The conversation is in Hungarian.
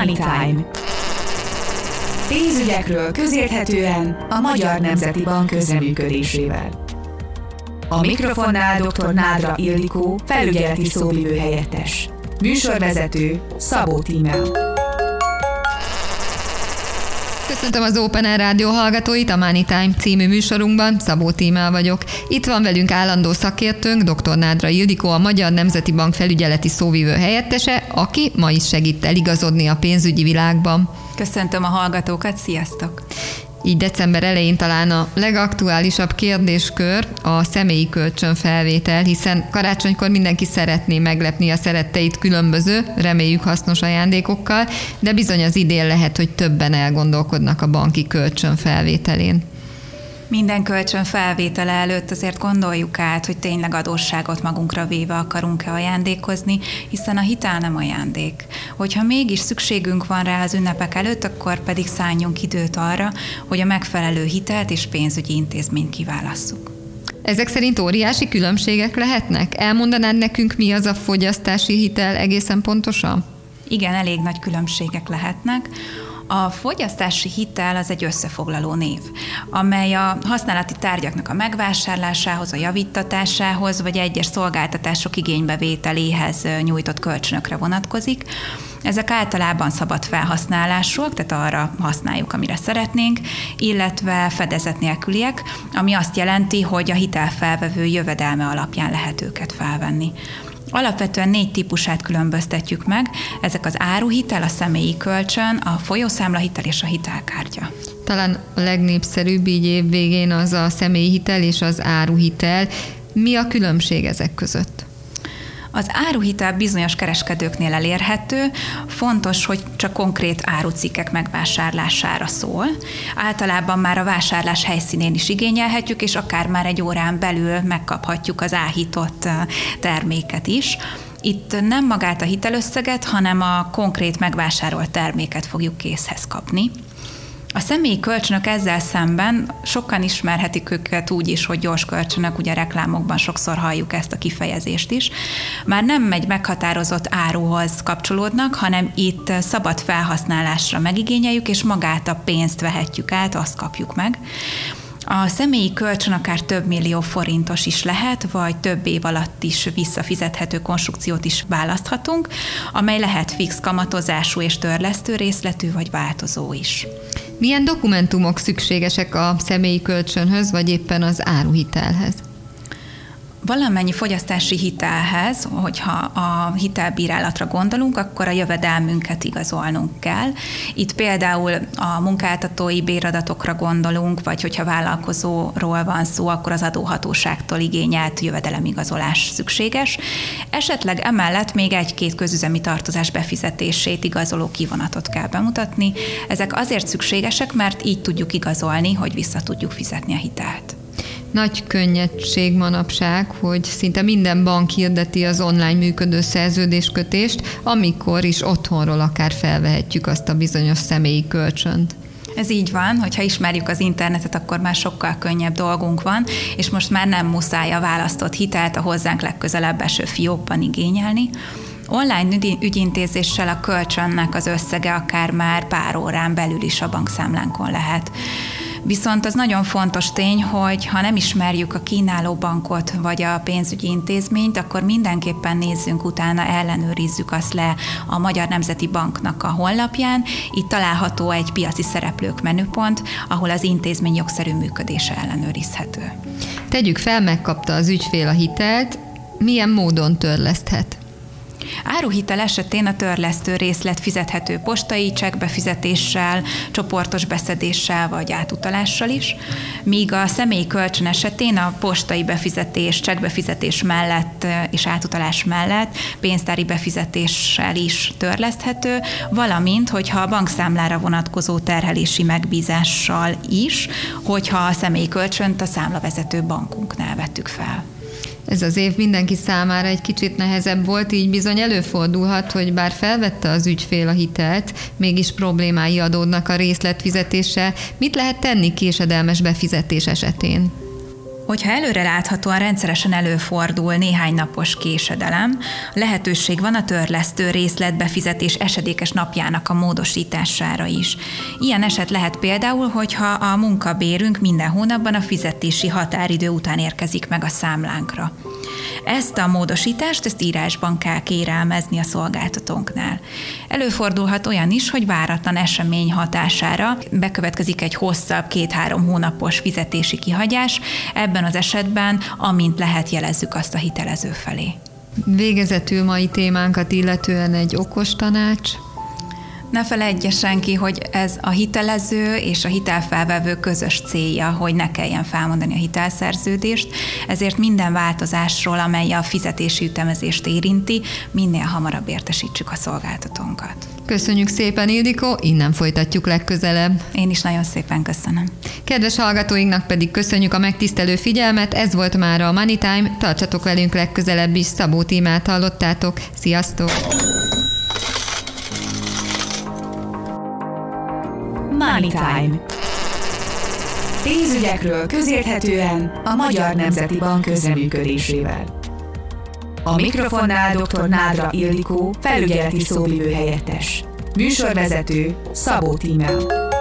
Money Time. Pénzügyekről közérthetően a Magyar Nemzeti Bank közreműködésével. A mikrofonnál dr. Nádra Ildikó, felügyeleti szóvivő helyettes. Műsorvezető Szabó Tímea. Köszöntöm az Open Air Rádió hallgatóit, a Money Time című műsorunkban, Szabó Tímea vagyok. Itt van velünk állandó szakértőnk, dr. Nádra Ildikó, a Magyar Nemzeti Bank felügyeleti szóvivő helyettese, aki ma is segít eligazodni a pénzügyi világban. Köszöntöm a hallgatókat, sziasztok! Így december elején talán a legaktuálisabb kérdéskör a személyi kölcsönfelvétel, hiszen karácsonykor mindenki szeretné meglepni a szeretteit különböző, reméljük hasznos ajándékokkal, de bizony az idén lehet, hogy többen elgondolkodnak a banki kölcsönfelvételén. Minden kölcsön felvétele előtt azért gondoljuk át, hogy tényleg adósságot magunkra véve akarunk-e ajándékozni, hiszen a hitel nem ajándék. Hogyha mégis szükségünk van rá az ünnepek előtt, akkor pedig szálljunk időt arra, hogy a megfelelő hitelt és pénzügyi intézményt kiválasszuk. Ezek szerint óriási különbségek lehetnek? Elmondanád nekünk, mi az a fogyasztási hitel egészen pontosan? Igen, elég nagy különbségek lehetnek. A fogyasztási hitel az egy összefoglaló név, amely a használati tárgyaknak a megvásárlásához, a javítatásához, vagy egyes szolgáltatások igénybevételéhez nyújtott kölcsönökre vonatkozik. Ezek általában szabad felhasználásúak, tehát arra használjuk, amire szeretnénk, illetve fedezet nélküliek, ami azt jelenti, hogy a hitelfelvevő jövedelme alapján lehet őket felvenni. Alapvetően 4 típusát különböztetjük meg, ezek az áruhitel, a személyi kölcsön, a folyószámlahitel és a hitelkártya. Talán a legnépszerűbb így év végén az a személyi hitel és az áruhitel. Mi a különbség ezek között? Az áruhitel bizonyos kereskedőknél elérhető, fontos, hogy csak konkrét árucikkek megvásárlására szól. Általában már a vásárlás helyszínén is igényelhetjük, és akár már egy órán belül megkaphatjuk az áhított terméket is. Itt nem magát a hitelösszeget, hanem a konkrét megvásárolt terméket fogjuk készhez kapni. A személyi kölcsönök ezzel szemben sokan ismerhetik őket úgy is, hogy gyors kölcsönök, ugye reklámokban sokszor halljuk ezt a kifejezést is. Már nem egy meghatározott áruhoz kapcsolódnak, hanem itt szabad felhasználásra megigényeljük, és magát a pénzt vehetjük át, azt kapjuk meg. A személyi kölcsön akár több millió forintos is lehet, vagy több év alatt is visszafizethető konstrukciót is választhatunk, amely lehet fix kamatozású és törlesztő részletű, vagy változó is. Milyen dokumentumok szükségesek a személyi kölcsönhöz, vagy éppen az áruhitelhez? Valamennyi fogyasztási hitelhez, hogyha a hitelbírálatra gondolunk, akkor a jövedelmünket igazolnunk kell. Itt például a munkáltatói béradatokra gondolunk, vagy hogyha vállalkozóról van szó, akkor az adóhatóságtól igényelt jövedelemigazolás szükséges. Esetleg emellett még 1-2 közüzemi tartozás befizetését igazoló kivonatot kell bemutatni. Ezek azért szükségesek, mert így tudjuk igazolni, hogy vissza tudjuk fizetni a hitelt. Nagy könnyedség manapság, hogy szinte minden bank hirdeti az online működő szerződéskötést, amikor is otthonról akár felvehetjük azt a bizonyos személyi kölcsönt. Ez így van, hogyha ismerjük az internetet, akkor már sokkal könnyebb dolgunk van, és most már nem muszáj a választott hitelt a hozzánk legközelebb eső fiókban igényelni. Online ügyintézéssel a kölcsönnek az összege akár már pár órán belül is a bankszámlánkon lehet. Viszont az nagyon fontos tény, hogy ha nem ismerjük a kínáló bankot vagy a pénzügyi intézményt, akkor mindenképpen nézzünk utána, ellenőrizzük azt le a Magyar Nemzeti Banknak a honlapján. Itt található egy piaci szereplők menüpont, ahol az intézmény jogszerű működése ellenőrizhető. Tegyük fel, megkapta az ügyfél a hitelt, milyen módon törleszthet? Áruhitel esetén a törlesztő részlet fizethető postai csekkbefizetéssel, csoportos beszedéssel vagy átutalással is, míg a személyi kölcsön esetén a postai befizetés, csekkbefizetés mellett és átutalás mellett pénztári befizetéssel is törleszthető, valamint, hogyha a bankszámlára vonatkozó terhelési megbízással is, hogyha a személyi kölcsönt a számlavezető bankunknál vettük fel. Ez az év mindenki számára egy kicsit nehezebb volt, így bizony előfordulhat, hogy bár felvette az ügyfél a hitelt, mégis problémái adódnak a részletfizetéssel. Mit lehet tenni késedelmes befizetés esetén? Hogyha előre láthatóan rendszeresen előfordul néhány napos késedelem, lehetőség van a törlesztő részletbefizetés esedékes napjának a módosítására is. Ilyen eset lehet például, hogyha a munkabérünk minden hónapban a fizetési határidő után érkezik meg a számlánkra. Ezt a módosítást írásban kell kérelmezni a szolgáltatónknál. Előfordulhat olyan is, hogy váratlan esemény hatására bekövetkezik egy hosszabb 2-3 hónapos fizetési kihagyás, ebben az esetben, amint lehet, jelezzük azt a hitelező felé. Végezetül mai témánkat illetően egy okos tanács. Ne feledje senki, hogy ez a hitelező és a hitelfelvevő közös célja, hogy ne kelljen felmondani a hitelszerződést, ezért minden változásról, amely a fizetési ütemezést érinti, minél hamarabb értesítsük a szolgáltatónkat. Köszönjük szépen, Ildikó, innen folytatjuk legközelebb. Én is nagyon szépen köszönöm. Kedves hallgatóinknak pedig köszönjük a megtisztelő figyelmet, ez volt már a Money Time, tartsatok velünk legközelebb is, Szabó Tímát hallottátok, sziasztok! Money Time. Pénzügyekről közérthetően a Magyar Nemzeti Bank közreműködésével. A mikrofonnál dr. Nádra Ildikó, felügyeleti szóvivő helyettes. Műsorvezető Szabó Tímea.